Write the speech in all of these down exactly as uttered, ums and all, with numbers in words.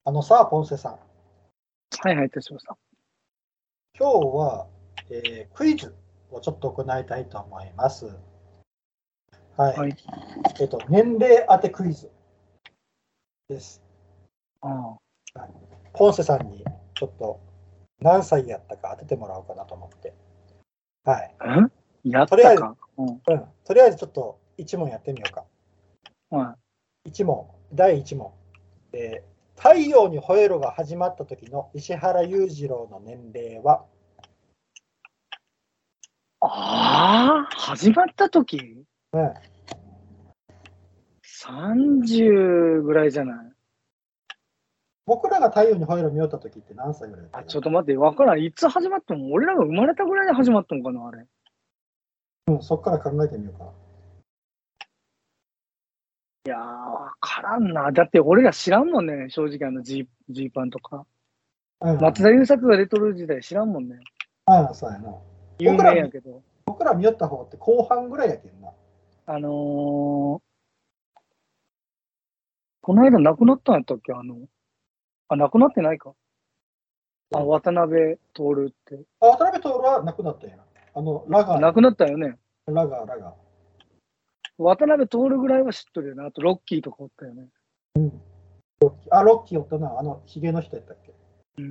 あのさ、ポンセさん。 はいはい、手嶋さん。 今日は、えークイズをちょっと行いたいと思います。はい。 はい。 えっと、年齢当てクイズです。 あはい、ポンセさんにちょっと何歳やったか当ててもらおうかなと思って。はい。 あ。んやっとりあえず、 たか。うん。 うん。とりあえずちょっといち問やってみようか。 はい。 いち問、だいいち問。えー太陽にほえろが始まった時の石原裕次郎の年齢は？ ああ、始まった時うん。 さんじゅう ぐらいじゃない？ 僕らが太陽にほえろ見よった時って何歳ぐらいだっあ、 けな？ ちょっと待って、わからん。いつ始まったの？俺らが生まれたぐらいで始まったのかな、あれ。 うん、そっから考えてみようかいやー、わからんな。だって俺ら知らんもんね、正直あのジー、ジーパンとか。 な。うん。 松田優作が出とる時代知らんもんね。 ああ、そうやな。 有僕ら見、 名やけど。 僕ら見よった方って後半ぐらいやけんな。 あのー、この間亡くなったんやったっけ？あの、あ、亡くなってないか。あ、渡辺徹って。 あ、渡辺徹は亡くなったんやな。あの、ラガーに、 亡くなったよね。 ラガー、ラガ渡辺徹ぐらいは知っとるよね。あとロッキーとかおったよね。 ー。あ、ロッキーおったな。あの、ヒゲの人やったっけ。 うん。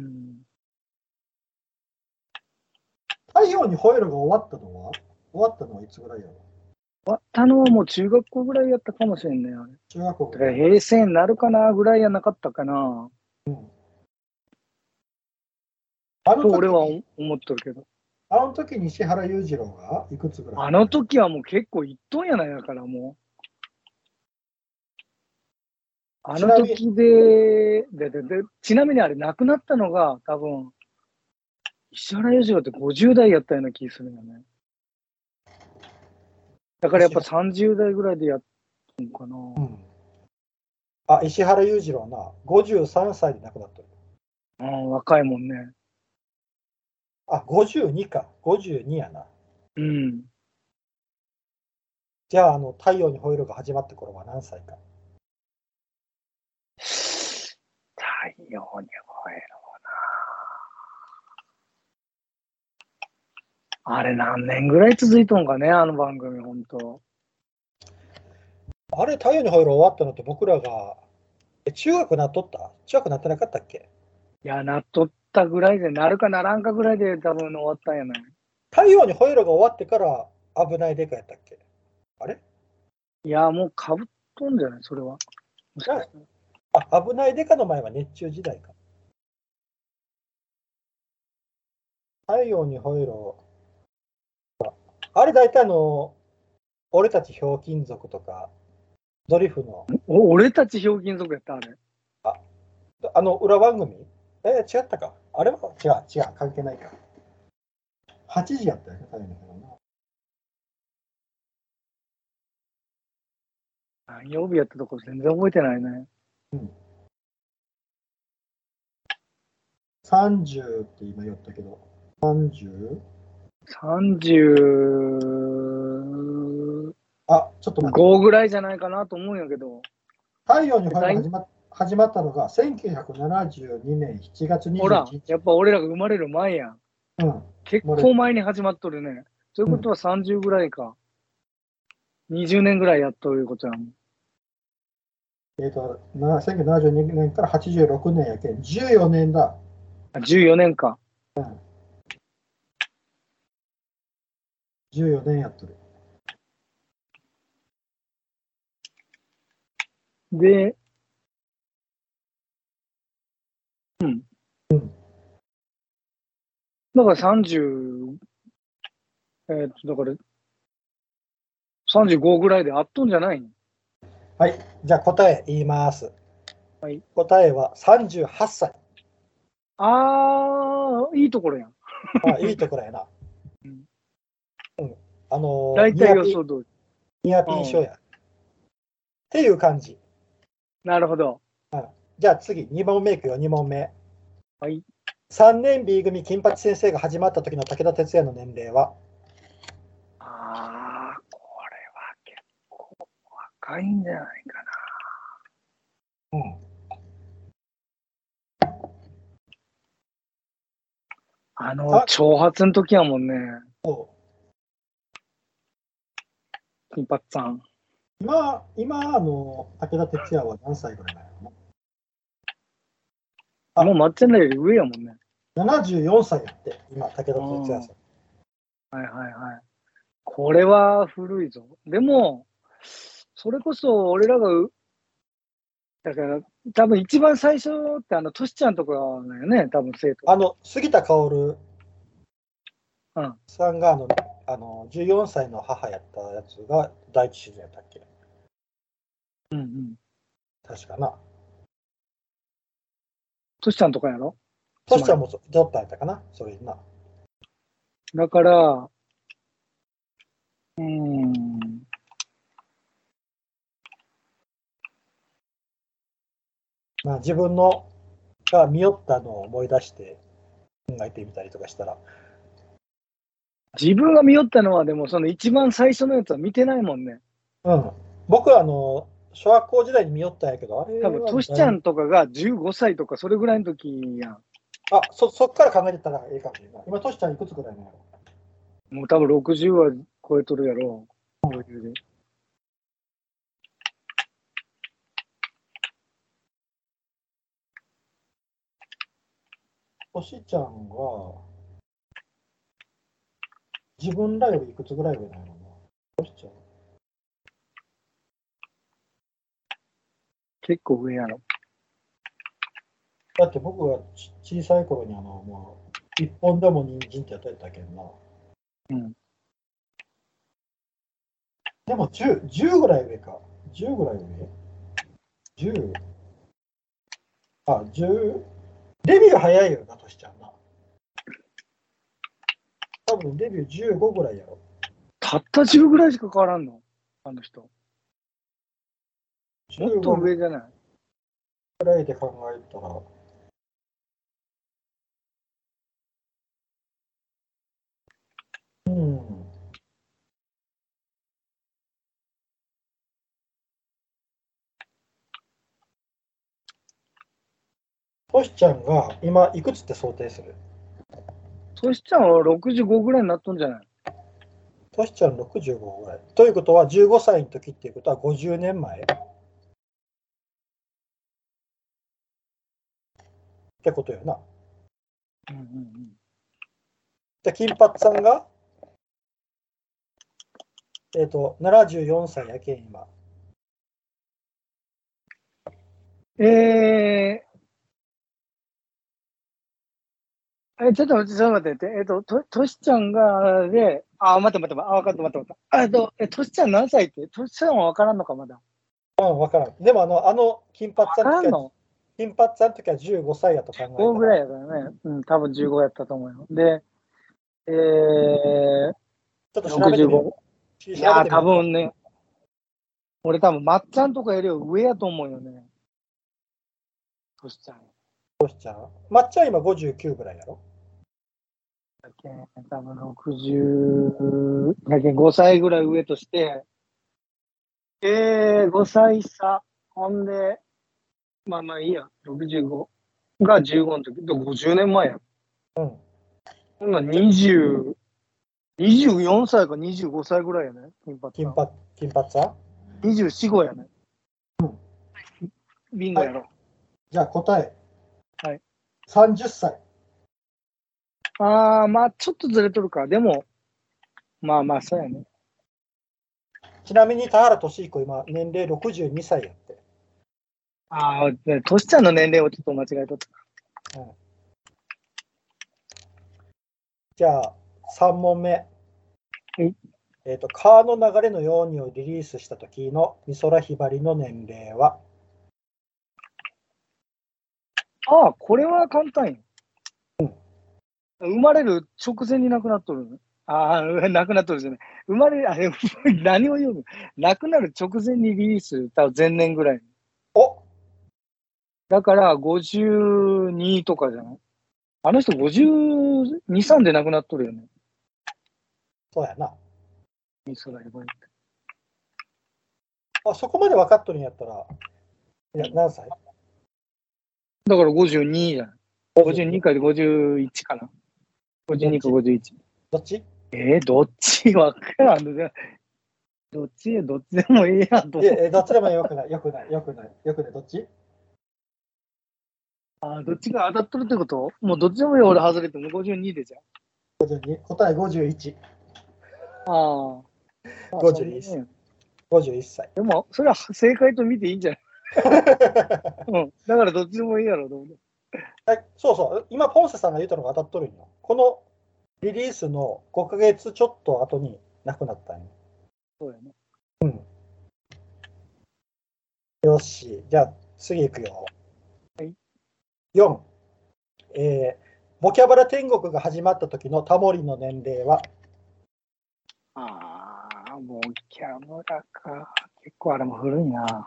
太陽に吠えろが終わったのは終わったのはいつぐらいやろ？ 終わったのはもう中学校ぐらいやったかもしれんね。あれ。 中学校だからぐらい。 平成になるかなぐらいやなかったかな。 うん。あのと俺は時に、 思っとるけど。 あの時に石原裕次郎がいくつぐらい？ あの時はもう結構いっとんやないだからもう。あちなみに、 の時で、で、で、で、ちなみにあれ亡くなったのが多分、石原裕次郎ってごじゅう代やったような気するよね。だからやっぱ石原、 さんじゅう代ぐらいでやったのかな。 うん。あ、石原裕次郎な、ごじゅうさんさいで亡くなった。 うん、若いもんね。 あ、ごじゅうにか。ごじゅうにやな。 うん。 じゃあ、あの、太陽に吠えろが始まった頃は何歳か。 太陽に吠えろ。あれ何年ぐらい続いとんかね、あの番組、ほんと。 あれ、太陽に吠えろ終わったのって僕らが、え中学なっとった中学なってなかったっけ？ いや、なっとったぐらいで、なるかならんかぐらいで多分終わったんやない。 太陽に吠えろが終わってから危ないデカやったっけ？あれいや、もうかぶっとんじゃないそれは。もしかなしたら。 あ、危ないデカの前は熱中時代か。太陽に吠えろ。あれ大体あの、俺たちひょうきん族とか、ドリフの、 お、俺たちひょうきん族やった、あれ。 あ、あの裏番組えー違ったかあれは違う、違う、関係ないか。はちじやったよね、太陽に吠えろな。 何曜日やったとこ全然覚えてないね。 うん。さんじゅうって今言ったけど、さんじゅう？ さんじゅうあ、ちょっと待って。 ごぐらいじゃないかなと思うんやけど。 太陽に吠えろえたい始ま始まったのがせんきゅうひゃくななじゅうにねんしちがつほら、 にじゅういちにち。 やっぱ俺らが生まれる前やん。 うん。 結漏れ、 構前に始まっとるね。といううん。 ことはさんじゅうぐらいか。にじゅうねんぐらいやっとることやん。 えっ、と、なせんきゅうひゃくななじゅうにねんからはちじゅうろくねんやけん、じゅうよねんだ。 あ、じゅうよねんか。 うん。じゅうよねんやっとる。 で、うん。 うん。 だからさんじゅう、えーっと、だからさんじゅうごぐらいであっとんじゃないん？ はい。じゃあ答え言います。 はい。 答えはさんじゅうはっさい。 あー、いいところやん。 あ、いいところやな。 うん、 うん。あのー大体ニアピン、 予想通り。 ニアうん。 ピン賞や。っていう感じ。 なるほど。 うん。じゃあ次、に問目いくよ、に問目。 はい。 さんねん B 組金八先生が始まった時の武田鉄矢の年齢は？ あー、これは結構若いんじゃないかうん。 あの、長髪の時やもんね。 そう金髪さん。 今、今、あの、武田鉄矢は何歳ぐらいなの？あもうまっちゃんらより上やもんね。 ななじゅうよんさいやって、今、武田鉄矢さん。 はいはいはい。これは古いぞ。でも、それこそ俺らがう、だから多分一番最初ってあの、トシちゃんとかだよね、多分生徒。 あの、杉田薫うん。 さんがあの、あのじゅうよんさいの母やったやつが第一子やったっけ？ うんうん。 確かな。 トシちゃんとかやろ？ トシちゃんもそ取ったんやったかな、それにな。 だから、うーん。 まあ、自分のが見よったのを思い出して考えてみたりとかしたら、 自分が見よったのはでもその一番最初のやつは見てないもんね。 うん、僕はあの小学校時代に見よったんやけど、あれは多分トシちゃんとかがじゅうごさいとかそれぐらいの時やん。 あそそっから考えてたらええかもしれない。今、トシちゃんいくつぐらいなの？ もう多分ろくじゅうは超えとるやろう。 トシちゃんは自分らよりいくつぐらい上なの？トシちゃん結構上やろ。 だって僕がち小さい頃にあのもう一本でも人参ってやってたけんな。 うん。 でもじゅう、じゅうぐらい上か。じゅうぐらい上 ?じゅう。あ、じゅう。デビュー早いよな、トシちゃんな。多分デビューじゅうごぐらいやろ。 たったじゅうぐらいしか変わらんのあの人。もっとじゅうご上じゃない？ ぐらいで考えたら。うん。トシちゃんが今いくつって想定する？ トシちゃんはろくじゅうごぐらいになっとんじゃない？ トシちゃんろくじゅうごぐらい。ということはじゅうごさいの時っていうことはごじゅうねんまえってことよな。 うんうんうん。 で、金髪さんが、えっ、と、ななじゅうよんさいやけん今。 えー、え、ちょっと待って、ちょっと待って、えっと、と、としちゃんが、で、あ、待って待って、あ、分かった、待って、待った。あえっと、え、としちゃん何歳って、としちゃんは分からんのか、まだ。 うん、わからん。でもあの、あの金髪さ分んの時は、 からんの？ 金髪さんの時はじゅうごさいやと考えごたら、 ぐらいやからね。うん、多分じゅうごやったと思うよ。で、えー、 ちょっと調べてみよう。 ろくじゅうご。 調べいやー、多てみようか。 分ね、俺多分、まっちゃんとかよりは上やと思うよね。としちゃん。 トシちゃん。まっちゃん今ごじゅうきゅうぐらいやろ。 だけん多分ろくじゅう、だけんごさいぐらい上として、えー、ごさい差。ほんで、まあまあいいや、ろくじゅうごがじゅうごの時、でごじゅうねんまえやん。 うん。 今にじゅう、にじゅうよんさいかにじゅうごさいぐらいやね、金髪さん。 金髪、金髪さん。 にじゅうよん、ごやね。ビンゴはい。 やろ。 じゃあ答え。 はい。 さんじゅっさい。 あー、まあちょっとずれとるか。でも、まあまあそうやね。 ちなみに田原俊彦今年齢ろくじゅうにさいやって。 ああ、ねトシちゃんの年齢をちょっと間違えとった。 うん、じゃあさんもんめ。 はいえっ、と、川の流れのようにをリリースした時の美空ひばりの年齢は？ ああ、これは簡単よ。生まれる直前に亡くなっとるの。ああ、亡くなっとるじゃない。生まれる、あれ、何を言うの？亡くなる直前にリリース、多分前年ぐらい。 お、 だからごじゅうにとかじゃない？あの人ごじゅうに、さんで亡くなっとるよね。 そうやな。 ミスがやばい。 あ、そこまで分かっとるんやったら、いや、何歳？ だからごじゅうにじゃない。ごじゅうにかでごじゅういちかな。 ごじゅうにかごじゅういち。 どっち？ えー、どっちわからんの。どっちどっちでもいいやんと。 え、えどっちでもよくない、よくない、よくない、よくない、どっち？ あ、どっちが当たっとるってこと？もうどっちでもいいよ、俺外れてもごじゅうにでじゃん。 ごじゅうに、答えごじゅういち。 ああ。 ごじゅういっさい。 ね、 ごじゅういっさい。 でも、それは正解と見ていいんじゃないうん。だからどっちでもいいやろ、どうも。 はい、そうそう、今、ポンセさんが言ったのが当たっとるんよ。このリリースのごかげつちょっと後に亡くなったんよ。 そうやね。 うん。よし、じゃあ次行くよ。 はい。 よん、えー、ボキャブラ天国が始まった時のタモリの年齢は？ ああ、もうキャムラか。結構あれも古いな。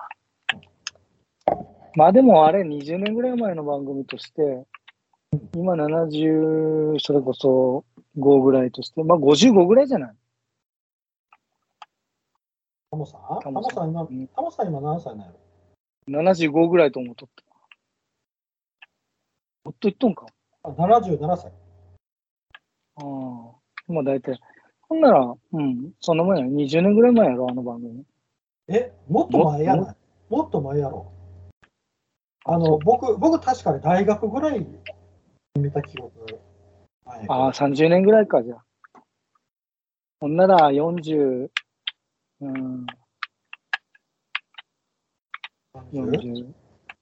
まあでもあれにじゅうねんぐらい前の番組として、今ななじゅう、それこそごぐらいとして、まあごじゅうごぐらいじゃない？ タモさんタタモさんモさん今、タモさん今何歳なの？ ななじゅうごぐらいと思っとった。もっと言っとんか。 あ、ななじゅうななさい。 ああ、まあ大体。ほんなら、うん、そんなもんや。にじゅうねんぐらい前やろ、あの番組。 え、もっと前やない？もっと前やろ。あの、僕、僕確かに大学ぐらい見た記憶なんやけど。 ああ、さんじゅうねんぐらいか、じゃあ。ほんならよんじゅう、うん、よんじゅう。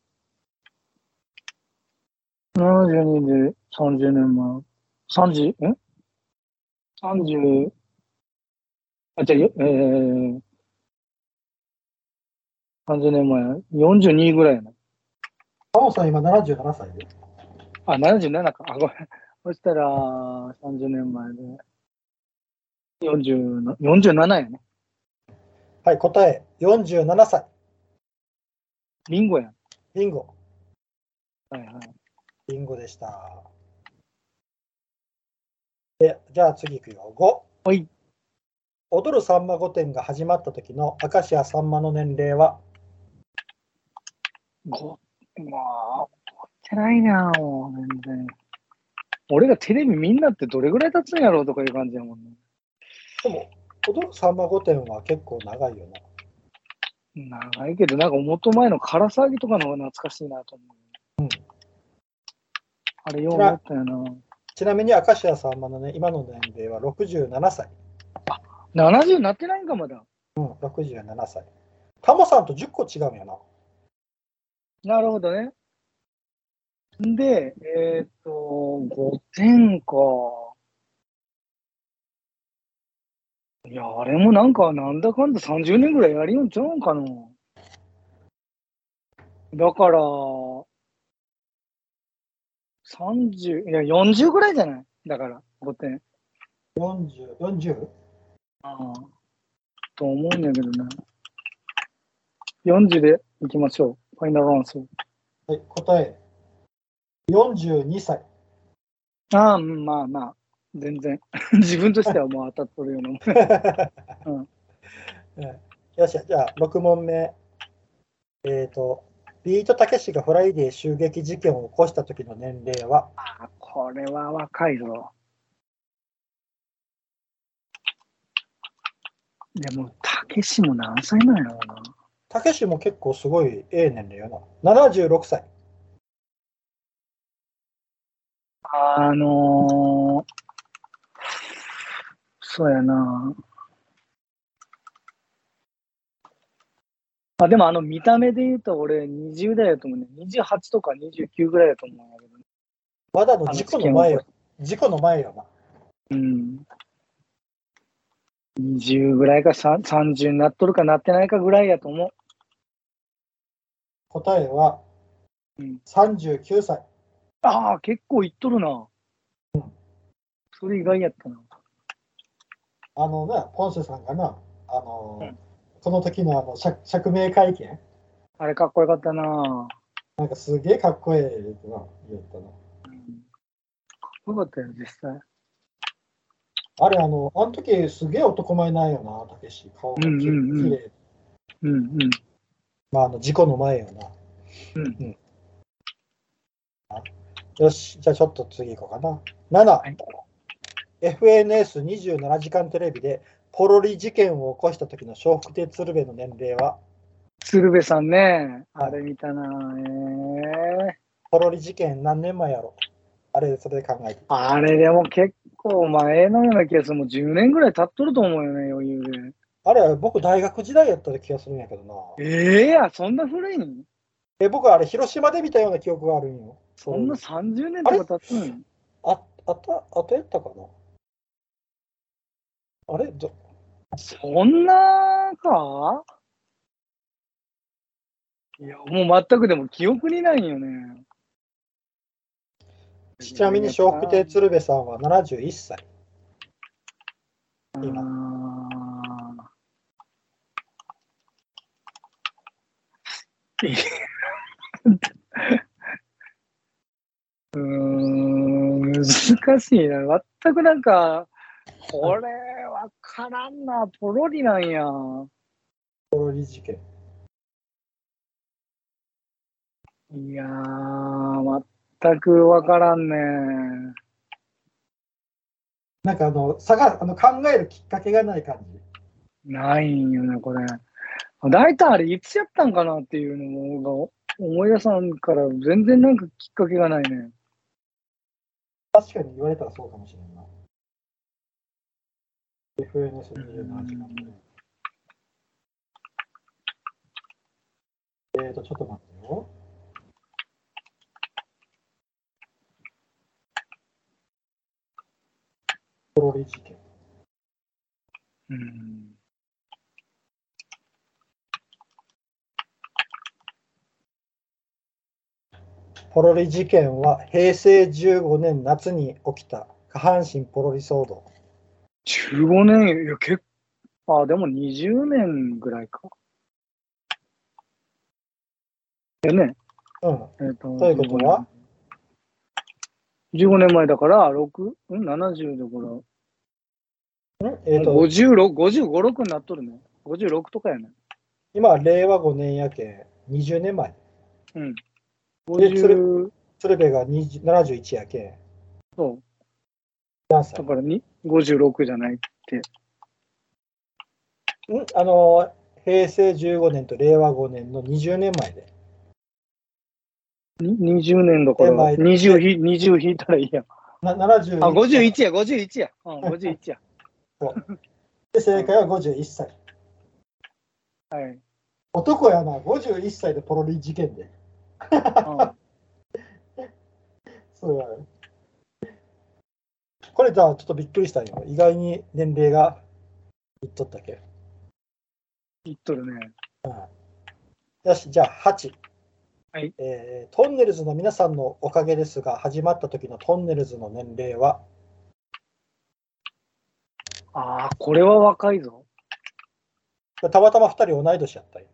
ななじゅうにでさんじゅうねんまえ。さんじゅう、え ?さんじゅう、あ、じゃあ、よえー、さんじゅうねんまえ。よんじゅうにぐらいやな。 タモさん今ななじゅうななさいで。 あ、ななじゅうななか。あ、ごめん。そしたら、さんじゅうねんまえで。よんじゅうな、よんじゅうななやね。 はい、答えよんじゅうななさい。 ビンゴやん。 ビンゴ。 はいはい。 ビンゴでした。で、じゃあ次いくよ。ご。 はい。 踊るさんま御殿が始まった時の明石家さんまの年齢は？ ご、まあ、怒ってないな、もう、全然。俺がテレビ見んなってどれぐらい経つんやろうとかいう感じやもんね。 でも、踊るさんま御殿は結構長いよな。 長いけど、なんかもっと前の唐騒ぎとかの方が懐かしいなと思う。 うん。 あれ、ようやったよな。 ちなみに明石家さんまのね、今の年齢はろくじゅうななさい。 ななじゅうになってないんか、まだ。 うん、ろくじゅうななさい。タモさんとじゅっこ違うんやな。 なるほどね。で、えっ、と、ごてんか。いや、あれもなんか、なんだかんださんじゅうねんぐらいやりよんちゃうんかな。だから、さんじゅう、いや、よんじゅうぐらいじゃないだから、ごてん。 よんじゅう、よんじゅう? ああ、と思うんやけどな。よんじゅうでいきましょう。ファイナルアンサー。 はい、答えよんじゅうにさい。 ああ、うんまあまあ、全然。自分としてはもう当たっとるようなもん。うん、 よし、じゃあろく問目。えっ、と、ビートたけしがフライデー襲撃事件を起こした時の年齢は？ あ、これは若いぞ。でも、たけしも何歳なんやろうな。 たけしも結構すごいええ年齢よな。ななじゅうろくさい。 あのー、そうやな。あ、でもあの見た目で言うと俺にじゅう代やと思うね。にじゅうはちとかにじゅうきゅうぐらいやと思うんやけどね。 まだのあの事故事件を起こしの前よ。事故の前よな。 うん。にじゅうぐらいかさんじゅうになっとるかなってないかぐらいやと思答えはう。うん、 さんじゅうきゅうさい。 ああ、結構いっとるな。それ意外やったな。 あのね、ポンセさんがな、あのうん、 この時のあの釈釈明会見、 あれかっこよかったな。 なんかすげえかっこええってな言ったな。 うん、かっこよかったよ、実際。 あれ、あの、あの時すげえ男前なんよな、たけし。顔うんうがきれい、 んうん。 きれい。 うんうん。 まあ、あの、事故の前よな。 うん。 うん。よし、じゃあちょっと次行こうかな。なな、 はい。 エフエヌエスにじゅうなな 時間テレビでポロリ事件を起こした時の笑福亭鶴瓶の年齢は？ 鶴瓶さんね。あはいれ見たな。えー、 ポロリ事件何年前やろ？あれ、それで考えて。 あれでも結構前のような気がする。もうじゅうねんぐらい経っとると思うよね、余裕で。 あれは僕大学時代やった気がするんやけどな。 ええや、そんな古いの？ え、僕はあれ広島で見たような記憶があるんよ。 そんなさんじゅうねんあれとか経つの？ あ、あった、あとやったかな？あれどそんなか？いや、もう全くでも記憶にないよね。 ちなみに笑福亭鶴瓶さんはななじゅういっさい。今。 あーうーん、難しいな。全くなんか、これわからんな。ポロリなんや。 ポロリ事件。 いやー、全くわからんね。 なんかあの、探あの考えるきっかけがない感じ。 ないんよね、これ。大体あれ、いつやったんかなっていうのが思い出さんから、全然なんかきっかけがないね。 確かに言われたらそうかもしれんな。エフエヌエスにじゅうなな 時間。えーと、ちょっと待ってよ。ポロリ事件。 うん。 ポロリ事件はへいせいじゅうごねん夏に起きた下半身ポロリ騒動。 じゅうごねん、いや、結構、あ、でもにじゅうねんぐらいか。よね。 うん。 えっ、と、 ということはじゅうごねん。じゅうごねんまえだから、ろく、ん ?ななじゅう だから、もんえーうと、 ごじゅうろく、ごじゅうご、ろくになっとるね。ごじゅうろくとかやね。 今はれいわごねんやけん、にじゅうねんまえ。 うん。 で、鶴ごじゅう、 鶴瓶がにじゅうななじゅういちやけん、 そう。 何歳？ だからに、ごじゅうろくじゃないって。 んあの、へいせいじゅうごねんとれいわごねんのにじゅうねんまえで。 ににじゅうねんだから、 手前にじゅうで、 ひ、にじゅう引いたらいいやん。 な71 あ、 だからごじゅういちや、ごじゅういちや。うん、ごじゅういちや。 そうで、正解はごじゅういっさい。 はい。 男やな、ごじゅういっさいでポロリ事件で。 うん。 そうやね。これじゃあちょっとびっくりしたんよ。意外に年齢がいっとったけ。 言っとるね。 うん、よし、じゃあはち。 はい。 えートンネルズの皆さんのおかげですが、始まった時のトンネルズの年齢は？ ああ、これは若いぞ。 たまたまふたり同い年やったよ。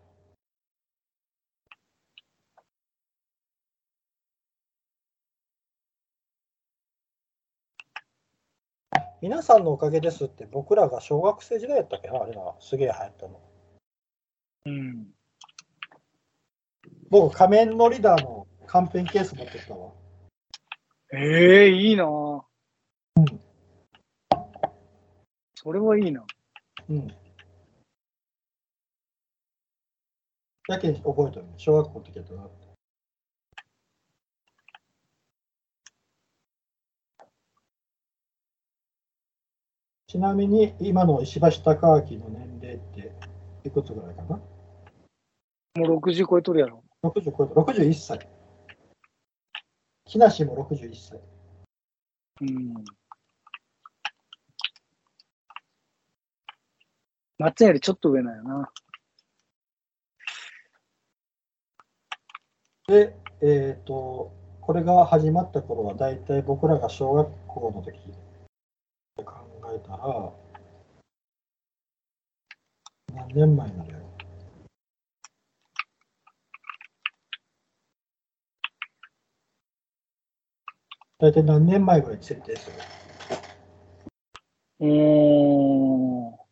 皆さんのおかげですって僕らが小学生時代やったっけな、あれな、すげえ流行ったの。 うん。 僕、仮面のリーダーのカンペンケース持ってきたわ。 ええー、いいな。うん。それはいいな。 うん。やけん覚えてる。小学校の時やったな。ちなみに、今の石橋貴明の年齢っていくつぐらいかな？ もうろくじゅう超えとるやろ。 ろくじゅう超えた。ろくじゅういっさい。木梨もろくじゅういっさい。 うん。まっちゃんよりちょっと上なんやな。 で、えっ、と、これが始まった頃は、だいたい僕らが小学校の時で考えたら、何年前になるやろ。だいたい何年前ぐらいに設定する？ うーん。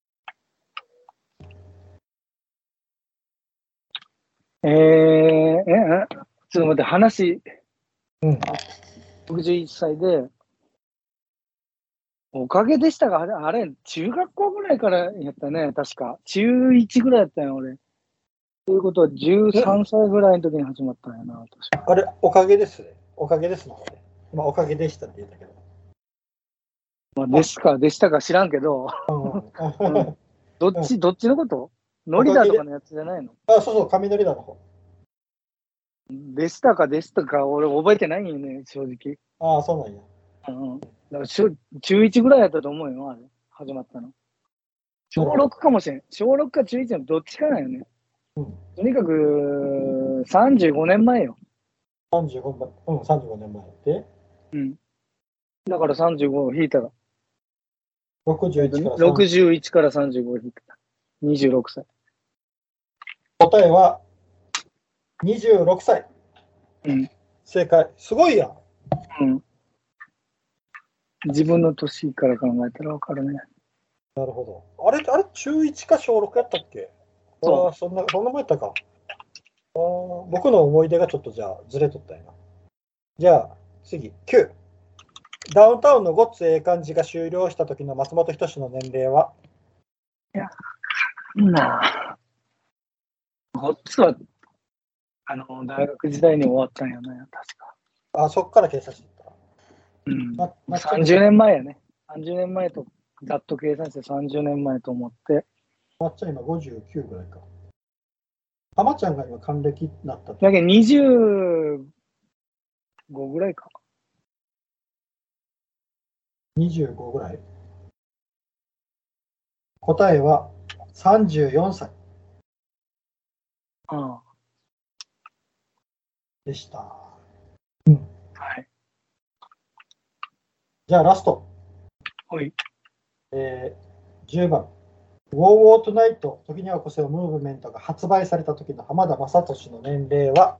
えー、え、え、ちょっと待って、話、 うん。 ろくじゅういっさいで、 おかげでしたが、あれ、あれ、中学校ぐらいからやったね、確か。中いちぐらいやったんよ、俺。ということは、じゅうさんさいぐらいの時に始まったんやな、確か。 あれ、おかげですね。おかげですの方で。今、おかげでしたって言ったけど。 まあ、ですか、でしたか知らんけど、 うんうん、どっち、どっちのことノおかげで、 リダとかのやつじゃないのあ、そうそう、雷だの方。 でしたかでしたか俺覚えてないよね、正直。 ああ、そうなんや。 うん。だからしょ中いちぐらいやったと思うよ、あれ。始まったの。小ろくかもしれん。小ろくか中いちのどっちかなんよね。 うん。 とにかく、さんじゅうごねんまえよ。 さんじゅうご、うん、さんじゅうごねんまえで、 うん。だからさんじゅうごを引いたら、 ろくじゅういちからさんじゅう。 ろくじゅういちからさんじゅうごを引いたら、にじゅうろくさい。 答えはにじゅうろくさい。 うん。 正解。すごいやん。 うん。自分の年から考えたらわかるね。 なるほど。あれ、あれ、中いちか小ろくやったっけ？ そうああ、そんな、そんなもんやったか。あー僕の思い出がちょっとじゃあずれとったんやな。じゃあ、次、きゅう。ダウンタウンのごっつええ感じが終了した時の松本人志の年齢は？ なあ。こっちは、あの、大学時代に終わったんやな、確か。 あ、そっから計算していった。 うん。 ままさんじゅうねんまえやね。さんじゅうねんまえと、ざっと計算してさんじゅうねんまえと思って。 まっちゃん今ごじゅうきゅうぐらいか。浜ちゃんが今還暦になったって。 だけどにじゅうごぐらいか。 にじゅうごぐらい。答えはさんじゅうよんさいああ。 でした。うん。 はい。 じゃあラスト。 はい。 えー、じゅうばん。ウォーウォートナイト、時には起こせよムーブメントが発売された時の浜田雅俊の年齢は？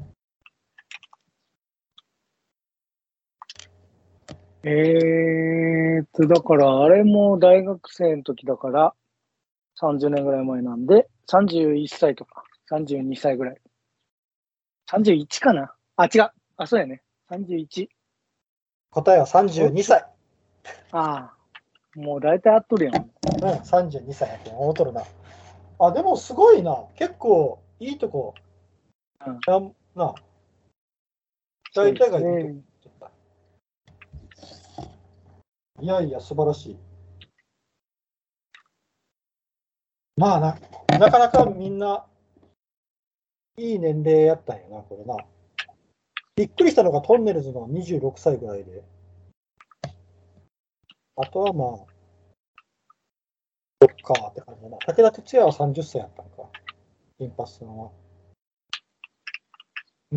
えーっと、だから、あれも大学生の時だから、さんじゅうねんぐらい前なんで、さんじゅういっさいとか、さんじゅうにさいぐらい。さんじゅういちかなあ、違う。あ、そうやね。さんじゅういち。 答えはさんじゅうにさい。 ああ。もう大体合っとるやん。 うん、さんじゅうにさいやけん、大とるな。あ、でもすごいな。結構いいとこ。 うん。 やんな。大体がいいとこ。 ね、 いやいや、素晴らしい。まあな、なかなかみんないい年齢やったんやな、これな。びっくりしたのがトンネルズのにじゅうろくさいぐらいで。あとはまあ、そっかって感じだな。武田鉄矢はさんじゅっさいやったんか。金髪さんは。うん。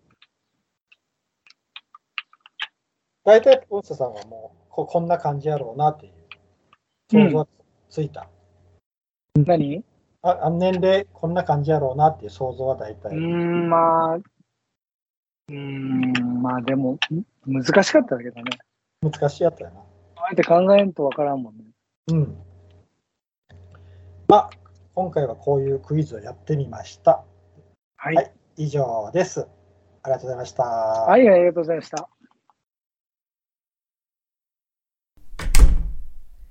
大体、ポンセさんはもうこ、こんな感じやろうなっていう想像がついた。 何あ、あの年齢、こんな感じやろうなっていう想像は大体。 うーん、まあ、うーん、まあでも、ん難しかったけどね。 難しいやったよな。 あえて考えんとわからんもんね。 うん。まあ、今回はこういうクイズをやってみました。 はい。 はい、以上です。ありがとうございました。 はい、ありがとうございました。